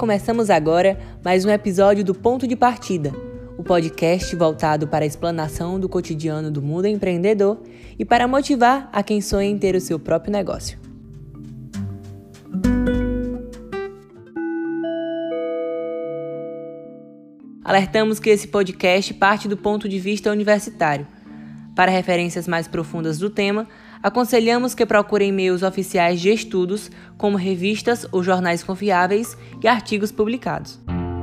começamos agora mais um episódio do Ponto de Partida, o podcast voltado para a explanação do cotidiano do mundo empreendedor e para motivar a quem sonha em ter o seu próprio negócio. Alertamos que esse podcast parte do ponto de vista universitário. Para referências mais profundas do tema, aconselhamos que procurem meios oficiais de estudos, como revistas ou jornais confiáveis e artigos publicados.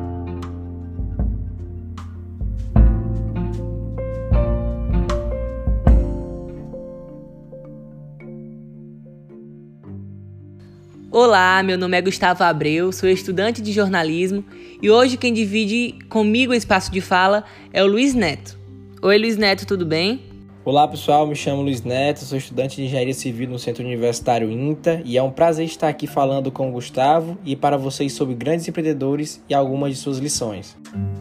Olá, meu nome é Gustavo Abreu, sou estudante de jornalismo e hoje quem divide comigo o espaço de fala é o Luiz Neto. Oi, Luiz Neto, tudo bem? Olá pessoal, me chamo Luiz Neto, sou estudante de Engenharia Civil no Centro Universitário INTA e é um prazer estar aqui falando com o Gustavo e para vocês sobre grandes empreendedores e algumas de suas lições.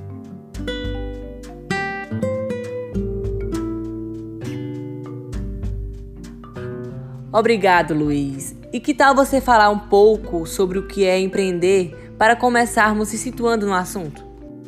Obrigado, Luiz. E que tal você falar um pouco sobre o que é empreender para começarmos se situando no assunto?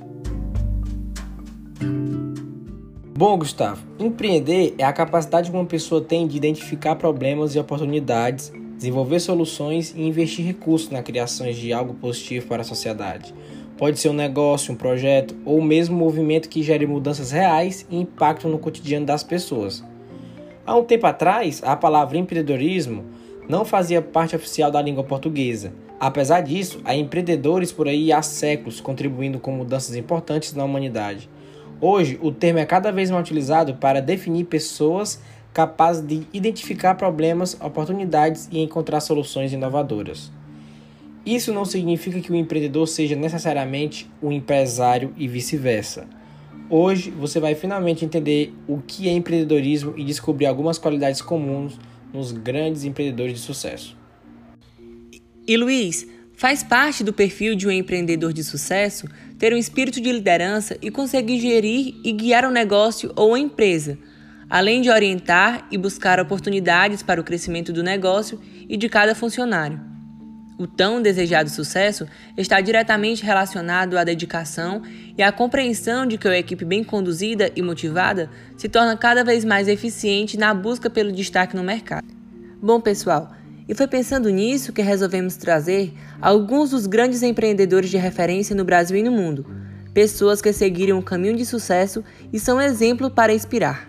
Bom, Gustavo, empreender é a capacidade que uma pessoa tem de identificar problemas e oportunidades, desenvolver soluções e investir recursos na criação de algo positivo para a sociedade. Pode ser um negócio, um projeto ou mesmo um movimento que gere mudanças reais e impacto no cotidiano das pessoas. Há um tempo atrás, a palavra empreendedorismo não fazia parte oficial da língua portuguesa. Apesar disso, há empreendedores por aí há séculos contribuindo com mudanças importantes na humanidade. Hoje, o termo é cada vez mais utilizado para definir pessoas capazes de identificar problemas, oportunidades e encontrar soluções inovadoras. Isso não significa que o empreendedor seja necessariamente um empresário e vice-versa. Hoje, você vai finalmente entender o que é empreendedorismo e descobrir algumas qualidades comuns nos grandes empreendedores de sucesso. E Luiz, faz parte do perfil de um empreendedor de sucesso ter um espírito de liderança e conseguir gerir e guiar um negócio ou uma empresa, além de orientar e buscar oportunidades para o crescimento do negócio e de cada funcionário. O tão desejado sucesso está diretamente relacionado à dedicação e à compreensão de que uma equipe bem conduzida e motivada se torna cada vez mais eficiente na busca pelo destaque no mercado. Bom, pessoal, e foi pensando nisso que resolvemos trazer alguns dos grandes empreendedores de referência no Brasil e no mundo, pessoas que seguiram um caminho de sucesso e são exemplo para inspirar.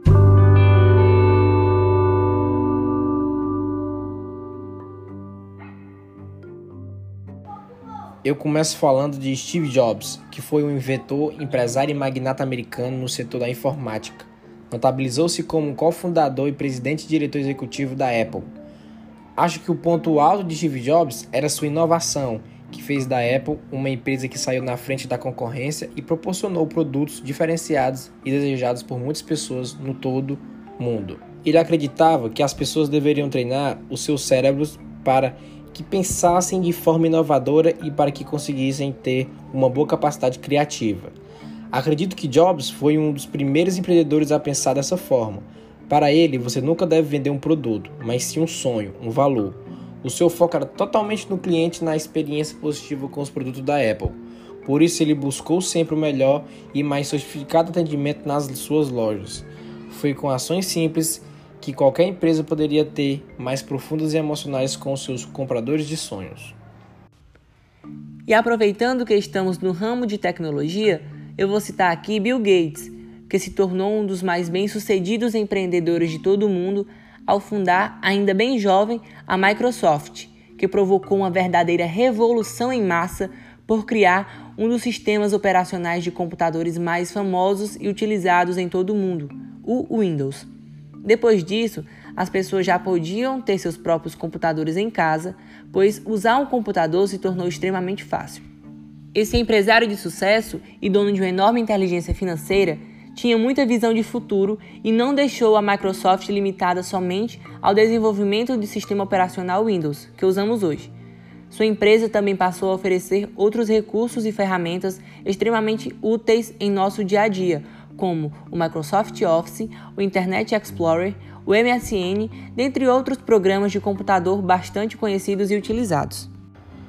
Eu começo falando de Steve Jobs, que foi um inventor, empresário e magnata americano no setor da informática. Notabilizou-se como um cofundador e presidente e diretor executivo da Apple. Acho que o ponto alto de Steve Jobs era sua inovação, que fez da Apple uma empresa que saiu na frente da concorrência e proporcionou produtos diferenciados e desejados por muitas pessoas no todo mundo. Ele acreditava que as pessoas deveriam treinar os seus cérebros para que pensassem de forma inovadora e para que conseguissem ter uma boa capacidade criativa. Acredito que Jobs foi um dos primeiros empreendedores a pensar dessa forma. Para ele, você nunca deve vender um produto, mas sim um sonho, um valor. O seu foco era totalmente no cliente e na experiência positiva com os produtos da Apple. Por isso, ele buscou sempre o melhor e mais sofisticado atendimento nas suas lojas. Foi com ações simples que qualquer empresa poderia ter, mais profundas e emocionais com os seus compradores de sonhos. E aproveitando que estamos no ramo de tecnologia, eu vou citar aqui Bill Gates, que se tornou um dos mais bem-sucedidos empreendedores de todo o mundo ao fundar, ainda bem jovem, a Microsoft, que provocou uma verdadeira revolução em massa por criar um dos sistemas operacionais de computadores mais famosos e utilizados em todo o mundo, o Windows. Depois disso, as pessoas já podiam ter seus próprios computadores em casa, pois usar um computador se tornou extremamente fácil. Esse empresário de sucesso e dono de uma enorme inteligência financeira tinha muita visão de futuro e não deixou a Microsoft limitada somente ao desenvolvimento do sistema operacional Windows, que usamos hoje. Sua empresa também passou a oferecer outros recursos e ferramentas extremamente úteis em nosso dia a dia, como o Microsoft Office, o Internet Explorer, o MSN, dentre outros programas de computador bastante conhecidos e utilizados.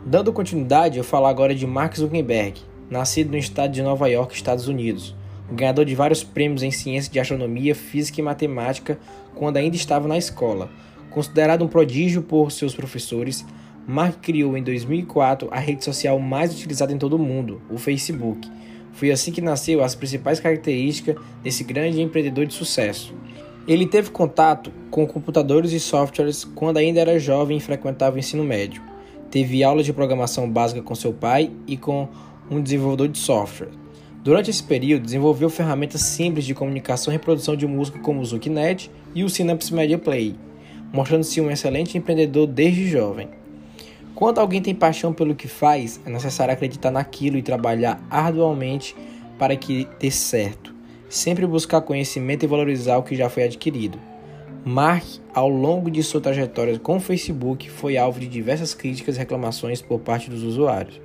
Dando continuidade, eu falo agora de Mark Zuckerberg, nascido no estado de Nova York, Estados Unidos, ganhador de vários prêmios em ciências de astronomia, física e matemática quando ainda estava na escola. Considerado um prodígio por seus professores, Mark criou em 2004 a rede social mais utilizada em todo o mundo, o Facebook. Foi assim que nasceu as principais características desse grande empreendedor de sucesso. Ele teve contato com computadores e softwares quando ainda era jovem e frequentava o ensino médio. Teve aulas de programação básica com seu pai e com um desenvolvedor de software. Durante esse período, desenvolveu ferramentas simples de comunicação e reprodução de música como o ZuckNet e o Synapse Media Play, mostrando-se um excelente empreendedor desde jovem. Quando alguém tem paixão pelo que faz, é necessário acreditar naquilo e trabalhar arduamente para que dê certo. Sempre buscar conhecimento e valorizar o que já foi adquirido. Mark, ao longo de sua trajetória com o Facebook, foi alvo de diversas críticas e reclamações por parte dos usuários.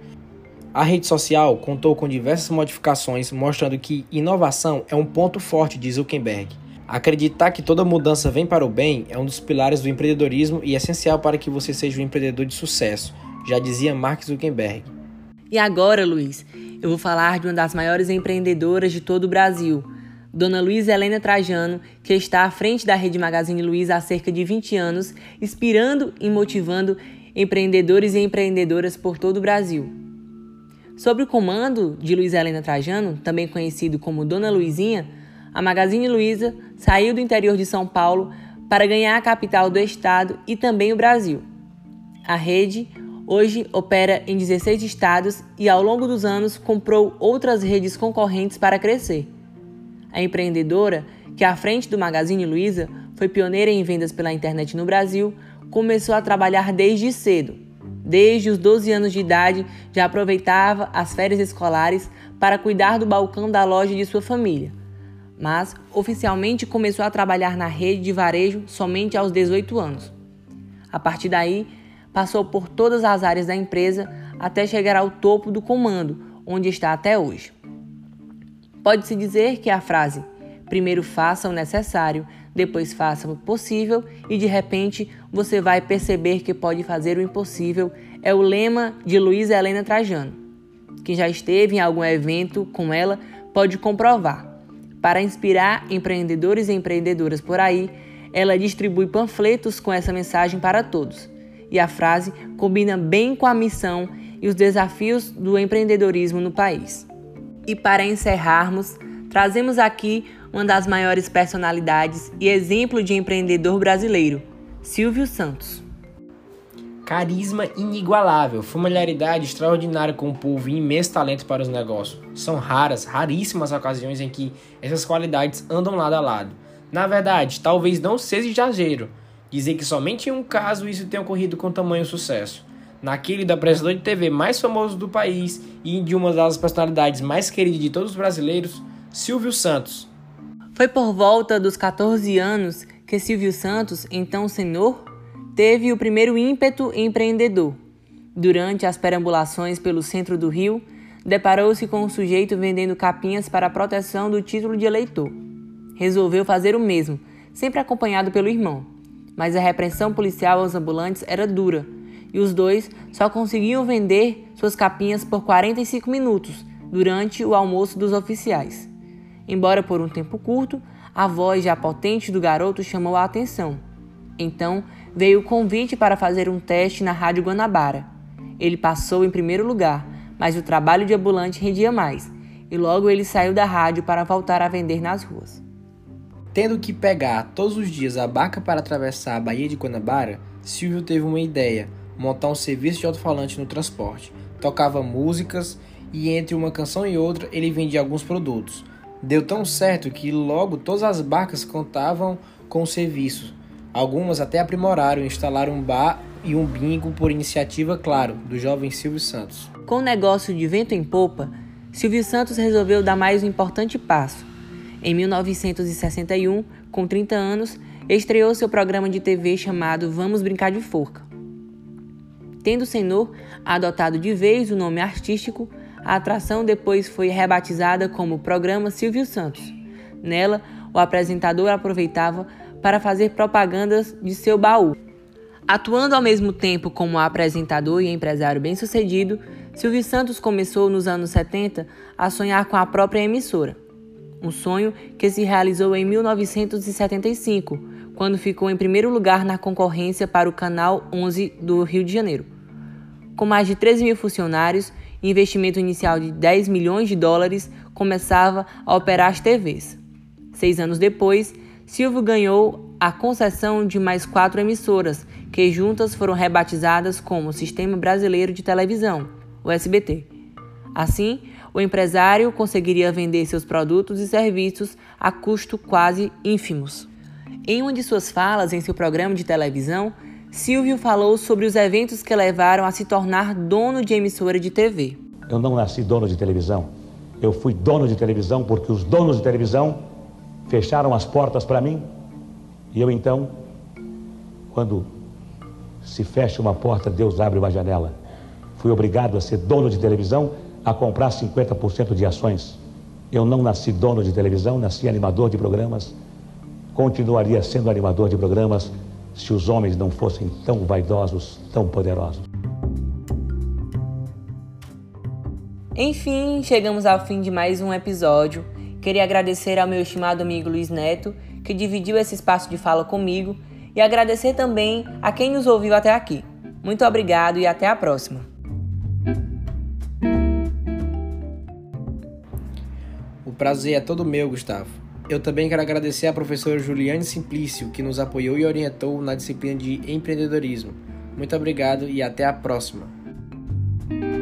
A rede social contou com diversas modificações, mostrando que inovação é um ponto forte de Zuckerberg. Acreditar que toda mudança vem para o bem é um dos pilares do empreendedorismo e é essencial para que você seja um empreendedor de sucesso, já dizia Mark Zuckerberg. E agora, Luiz, eu vou falar de uma das maiores empreendedoras de todo o Brasil, Dona Luísa Helena Trajano, que está à frente da Rede Magazine Luiza há cerca de 20 anos, inspirando e motivando empreendedores e empreendedoras por todo o Brasil. Sob o comando de Luísa Helena Trajano, também conhecido como Dona Luizinha, a Magazine Luiza saiu do interior de São Paulo para ganhar a capital do estado e também o Brasil. A rede hoje opera em 16 estados e ao longo dos anos comprou outras redes concorrentes para crescer. A empreendedora, que à frente do Magazine Luiza foi pioneira em vendas pela internet no Brasil, começou a trabalhar desde cedo. Desde os 12 anos de idade, já aproveitava as férias escolares para cuidar do balcão da loja de sua família. Mas, oficialmente, começou a trabalhar na rede de varejo somente aos 18 anos. A partir daí, passou por todas as áreas da empresa até chegar ao topo do comando, onde está até hoje. Pode-se dizer que a frase "primeiro faça o necessário, depois faça o possível e de repente você vai perceber que pode fazer o impossível" é o lema de Luísa Helena Trajano. Quem já esteve em algum evento com ela pode comprovar. Para inspirar empreendedores e empreendedoras por aí, ela distribui panfletos com essa mensagem para todos. E a frase combina bem com a missão e os desafios do empreendedorismo no país. E para encerrarmos, trazemos aqui uma das maiores personalidades e exemplo de empreendedor brasileiro, Silvio Santos. Carisma inigualável, familiaridade extraordinária com o povo e imenso talento para os negócios. São raríssimas ocasiões em que essas qualidades andam lado a lado. Na verdade, talvez não seja exagero dizer que somente em um caso isso tenha ocorrido com tamanho sucesso. Naquele do apresentador de TV mais famoso do país e de uma das personalidades mais queridas de todos os brasileiros, Silvio Santos. Foi por volta dos 14 anos que Silvio Santos, então senhor, teve o primeiro ímpeto empreendedor. Durante as perambulações pelo centro do Rio, deparou-se com um sujeito vendendo capinhas para a proteção do título de eleitor. Resolveu fazer o mesmo, sempre acompanhado pelo irmão. Mas a repressão policial aos ambulantes era dura, e os dois só conseguiam vender suas capinhas por 45 minutos, durante o almoço dos oficiais. Embora por um tempo curto, a voz já potente do garoto chamou a atenção. Então, veio o convite para fazer um teste na Rádio Guanabara. Ele passou em primeiro lugar, mas o trabalho de ambulante rendia mais, e logo ele saiu da rádio para voltar a vender nas ruas. Tendo que pegar todos os dias a barca para atravessar a Baía de Guanabara, Silvio teve uma ideia: montar um serviço de alto-falante no transporte. Tocava músicas e entre uma canção e outra ele vendia alguns produtos. Deu tão certo que logo todas as barcas contavam com o serviço. Algumas até aprimoraram e instalaram um bar e um bingo por iniciativa, claro, do jovem Silvio Santos. Com o negócio de vento em popa, Silvio Santos resolveu dar mais um importante passo. Em 1961, com 30 anos, estreou seu programa de TV chamado Vamos Brincar de Forca. Tendo o senhor adotado de vez o nome artístico, a atração depois foi rebatizada como Programa Silvio Santos. Nela, o apresentador aproveitava para fazer propagandas de seu baú. Atuando ao mesmo tempo como apresentador e empresário bem-sucedido, Silvio Santos começou nos anos 70 a sonhar com a própria emissora. Um sonho que se realizou em 1975, quando ficou em primeiro lugar na concorrência para o Canal 11 do Rio de Janeiro. Com mais de 13 mil funcionários e investimento inicial de 10 milhões de dólares, começava a operar as TVs. 6 anos depois, Silvio ganhou a concessão de mais 4 emissoras, que juntas foram rebatizadas como Sistema Brasileiro de Televisão, o SBT. Assim, o empresário conseguiria vender seus produtos e serviços a custo quase ínfimos. Em uma de suas falas em seu programa de televisão, Silvio falou sobre os eventos que levaram a se tornar dono de emissora de TV. Eu não nasci dono de televisão. Eu fui dono de televisão porque os donos de televisão fecharam as portas para mim. E eu então, quando se fecha uma porta, Deus abre uma janela. Fui obrigado a ser dono de televisão, a comprar 50% de ações. Eu não nasci dono de televisão, nasci animador de programas. Continuaria sendo animador de programas se os homens não fossem tão vaidosos, tão poderosos. Enfim, chegamos ao fim de mais um episódio. Queria agradecer ao meu estimado amigo Luiz Neto, que dividiu esse espaço de fala comigo, e agradecer também a quem nos ouviu até aqui. Muito obrigado e até a próxima. O prazer é todo meu, Gustavo. Eu também quero agradecer à professora Juliane Simplício, que nos apoiou e orientou na disciplina de empreendedorismo. Muito obrigado e até a próxima.